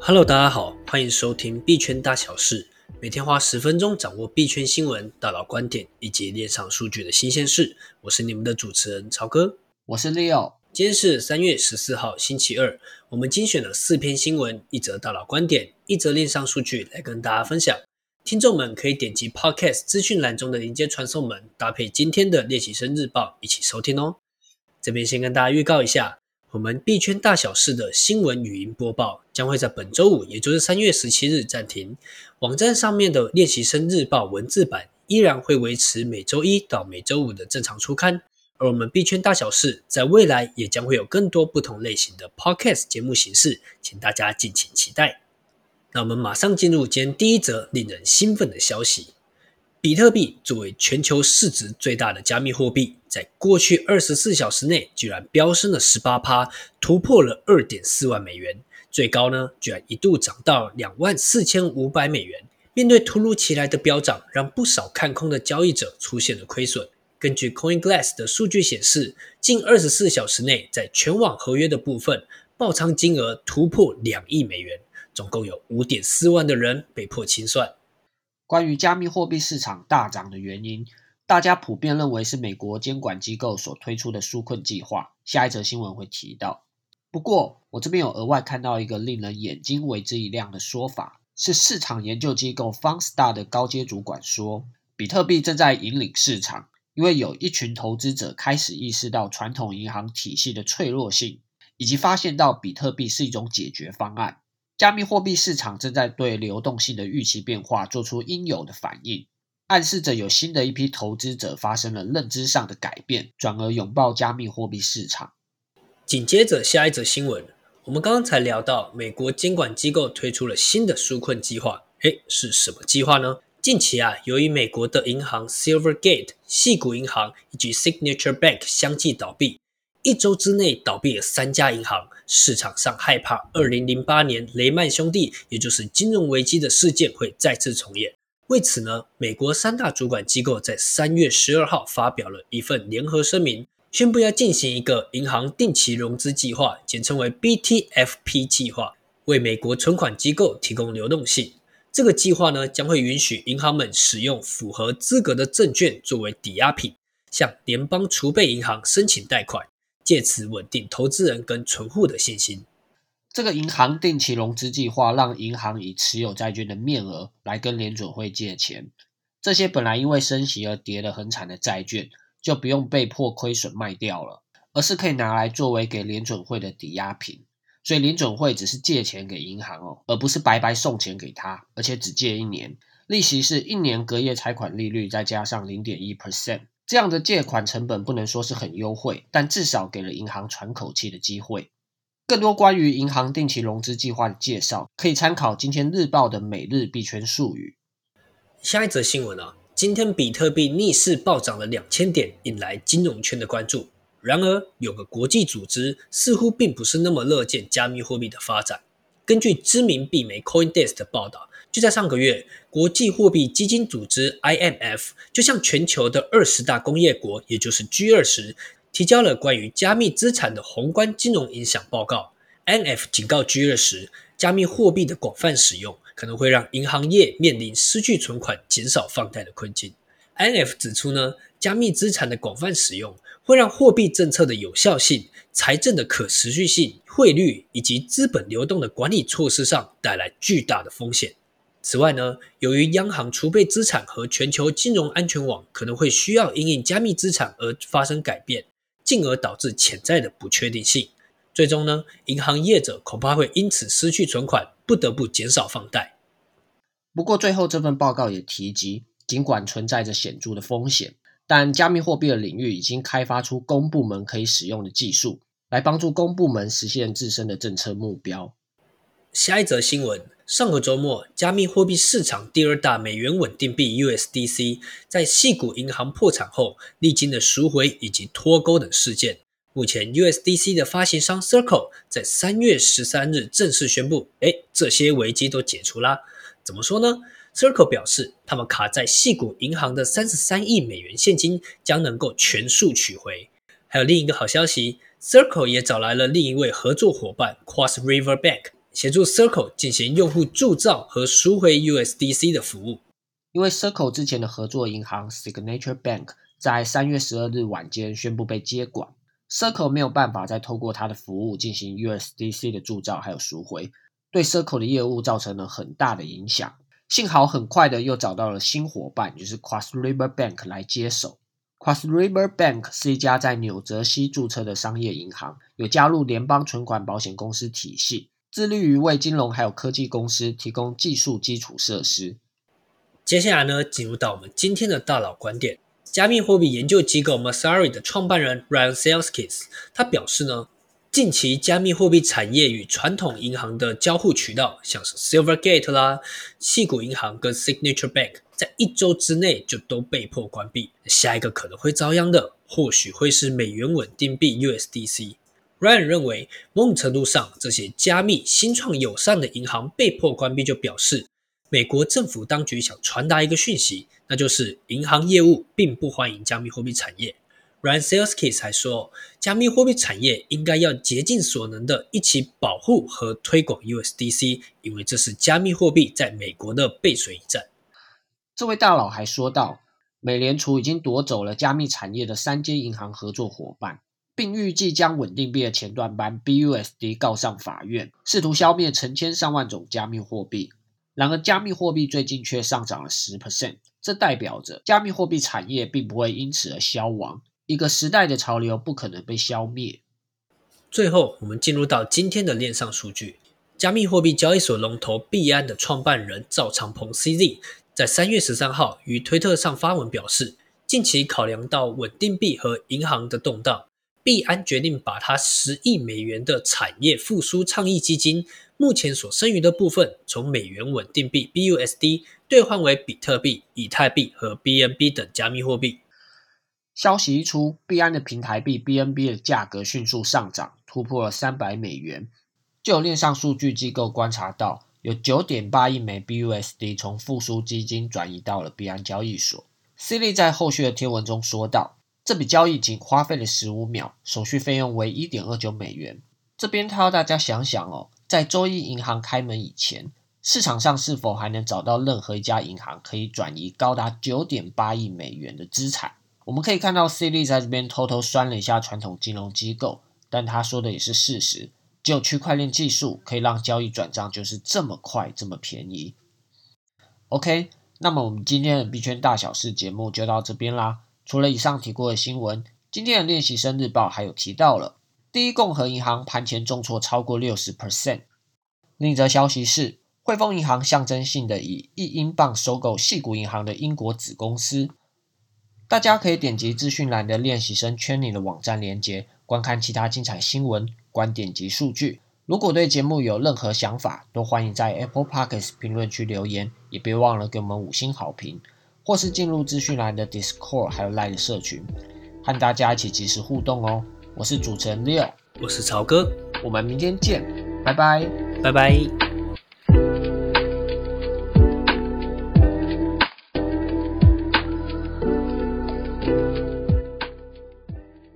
Hello，大家好，欢迎收听币圈大小事，每天花10分钟掌握币圈新闻、大佬观点以及链上数据的新鲜事。我是你们的主持人曹哥， 我是 Leo。 今天是3月14号星期二，我们精选了4篇新闻、1则大佬观点、1则链上数据来跟大家分享。听众们可以点击 Podcast 资讯栏中的连接传送门，搭配今天的练习生日报一起收听哦。这边先跟大家预告一下，我们币圈大小事的新闻语音播报将会在本周五，也就是3月17日暂停。网站上面的练习生日报文字版依然会维持每周一到每周五的正常出刊，而我们币圈大小事在未来也将会有更多不同类型的 Podcast 节目形式，请大家敬请期待。那我们马上进入今天第一则令人兴奋的消息。比特币作为全球市值最大的加密货币，在过去24小时内居然飙升了 18%， 突破了 2.4 万美元，最高呢居然一度涨到24500美元。面对突如其来的飙涨，让不少看空的交易者出现了亏损。根据 CoinGlass 的数据显示，近24小时内在全网合约的部分，爆仓金额突破2亿美元，总共有 5.4 万的人被迫清算。 关于加密货币市场大涨的原因，大家普遍认为是美国监管机构所推出的纾困计划，下一则新闻会提到。不过，我这边有额外看到一个令人眼睛为之一亮的说法，是市场研究机构 Fundstar 的高阶主管说，比特币正在引领市场，因为有一群投资者开始意识到传统银行体系的脆弱性，以及发现到比特币是一种解决方案。加密货币市场正在对流动性的预期变化做出应有的反应，暗示着有新的一批投资者发生了认知上的改变，转而拥抱加密货币市场。 紧接着下一则新闻，我们刚刚才聊到美国监管机构推出了新的纾困计划，是什么计划呢？近期由于美国的银行 Silvergate、矽谷银行以及 Signature Bank 相继倒闭，1周之内倒闭了3家银行，市场上害怕2008年雷曼兄弟，也就是金融危机的事件会再次重演。为此呢，美国3大主管机构在3月12号发表了一份联合声明，宣布要进行一个银行定期融资计划，简称为 BTFP 计划，为美国存款机构提供流动性。这个计划呢，将会允许银行们使用符合资格的证券作为抵押品，向联邦储备银行申请贷款，借此稳定投资人跟存户的信心。 这个银行定期融资计划让银行以持有债券的面额来跟联准会借钱，这些本来因为升息而跌得很惨的债券，就不用被迫亏损卖掉了，而是可以拿来作为给联准会的抵押品。所以联准会只是借钱给银行而不是白白送钱给他，而且只借1年，利息是1年隔夜拆款利率再加上 0.1%。这样的借款成本不能说是很优惠，但至少给了银行喘口气的机会。更多关于银行定期融资计划的介绍，可以参考今天日报的每日币圈术语。 下一则新闻今天比特币逆势暴涨了2000点，引来金融圈的关注。然而，有个国际组织似乎并不是那么乐见加密货币的发展。根据知名币媒 CoinDesk 的报道，就在上个月，国际货币基金组织 IMF 就向全球的20大工业国，也就是 G20 提交了关于加密资产的宏观金融影响报告。IMF 警告 G20， 加密货币的广泛使用可能会让银行业面临失去存款、减少放贷的困境。IMF 指出呢，加密资产的广泛使用会让货币政策的有效性、财政的可持续性、汇率以及资本流动的管理措施上带来巨大的风险。此外呢，由于央行储备资产和全球金融安全网可能会需要因应加密资产而发生改变，进而导致潜在的不确定性。最终呢，银行业者恐怕会因此失去存款，不得不减少放贷。 不过最后这份报告也提及，尽管存在着显著的风险，但加密货币的领域已经开发出公部门可以使用的技术，来帮助公部门实现自身的政策目标。 下一则新闻，上个周末，加密货币市场第2大美元稳定币 USDC 在矽谷银行破产后，历经了赎回以及脱钩等事件。目前 USDC 的发行商 Circle 在3月13日正式宣布，这些危机都解除啦。怎么说呢？ Circle 表示，他们卡在矽谷银行的33亿美元现金将能够全数取回。还有另一个好消息， Circle 也找来了另一位合作伙伴 Cross River Bank， 协助 Circle 进行用户铸造和赎回 USDC 的服务。 因为 Circle 之前的合作银行 Signature Bank 在3月12日晚间宣布被接管， Circle 没有办法再透过它的服务进行 USDC 的铸造还有赎回，对 Circle 的业务造成了很大的影响。幸好很快的又找到了新伙伴，就是 Cross River Bank 来接手。Cross River Bank 是一家在纽泽西注册的商业银行，有加入联邦存款保险公司体系，致力于为金融还有科技公司提供技术基础设施。 接下来呢，进入到我们今天的大佬观点。加密货币研究机构 Messari 的创办人 Ryan Selkis 他表示呢，近期加密货币产业与传统银行的交互渠道，像是 Silvergate 啦、矽谷银行跟 Signature Bank， 在1周之内就都被迫关闭。下一个可能会遭殃的，或许会是美元稳定币 USDC。Ryan 认为，某种程度上，这些加密新创友善的银行被迫关闭，就表示美国政府当局想传达一个讯息，那就是银行业务并不欢迎加密货币产业。Ryan Selkis 还说，加密货币产业应该要竭尽所能的一起保护和推广 USDC， 因为这是加密货币在美国的背水一战。 这位大佬还说道，美联储已经夺走了加密产业的3间银行合作伙伴，并预计将稳定币的前段班 BUSD 告上法院，试图消灭成千上万种加密货币。然而加密货币最近却上涨了 10%， 这代表着加密货币产业并不会因此而消亡，一个时代的潮流不可能被消灭。 最后我们进入到今天的链上数据。加密货币交易所龙头币安的创办人赵长鹏 CZ 在3月13号于推特上发文表示，近期考量到稳定币和银行的动荡，币安决定把它10亿美元的产业复苏倡议基金目前所剩余的部分，从美元稳定币 BUSD 兑换为比特币、以太币和 BNB 等加密货币。 消息一出，币安的平台币 BNB 的价格迅速上涨，突破了300美元。就有链上数据机构观察到，有 9.8 亿枚 BUSD 从复苏基金转移到了币安交易所。CZ 在后续的贴文中说道，这笔交易仅花费了15秒，手续费用为 1.29 美元。这边他要大家想想哦，在周一银行开门以前，市场上是否还能找到任何一家银行可以转移高达 9.8 亿美元的资产？我们可以看到 CZ 在这边偷偷酸了一下传统金融机构，但他说的也是事实，只有区块链技术可以让交易转账就是这么快这么便宜。 OK， 那么我们今天的币圈大小事节目就到这边啦。除了以上提过的新闻，今天的练习生日报还有提到了第一共和银行盘前重挫超过 60%。 另一则消息是，汇丰银行象征性的以1英镑收购矽谷银行的英国子公司。大家可以点击资讯栏的练习生圈里的网站连结，观看其他精彩新闻、观点及数据。如果对节目有任何想法，都欢迎在 Apple Podcast 评论区留言，也别忘了给我们5星好评，或是进入资讯栏的 Discord 还有 Line 的社群，和大家一起即时互动哦。我是主持人 Leo， 我是曹哥， 我们明天见，拜拜， 拜拜。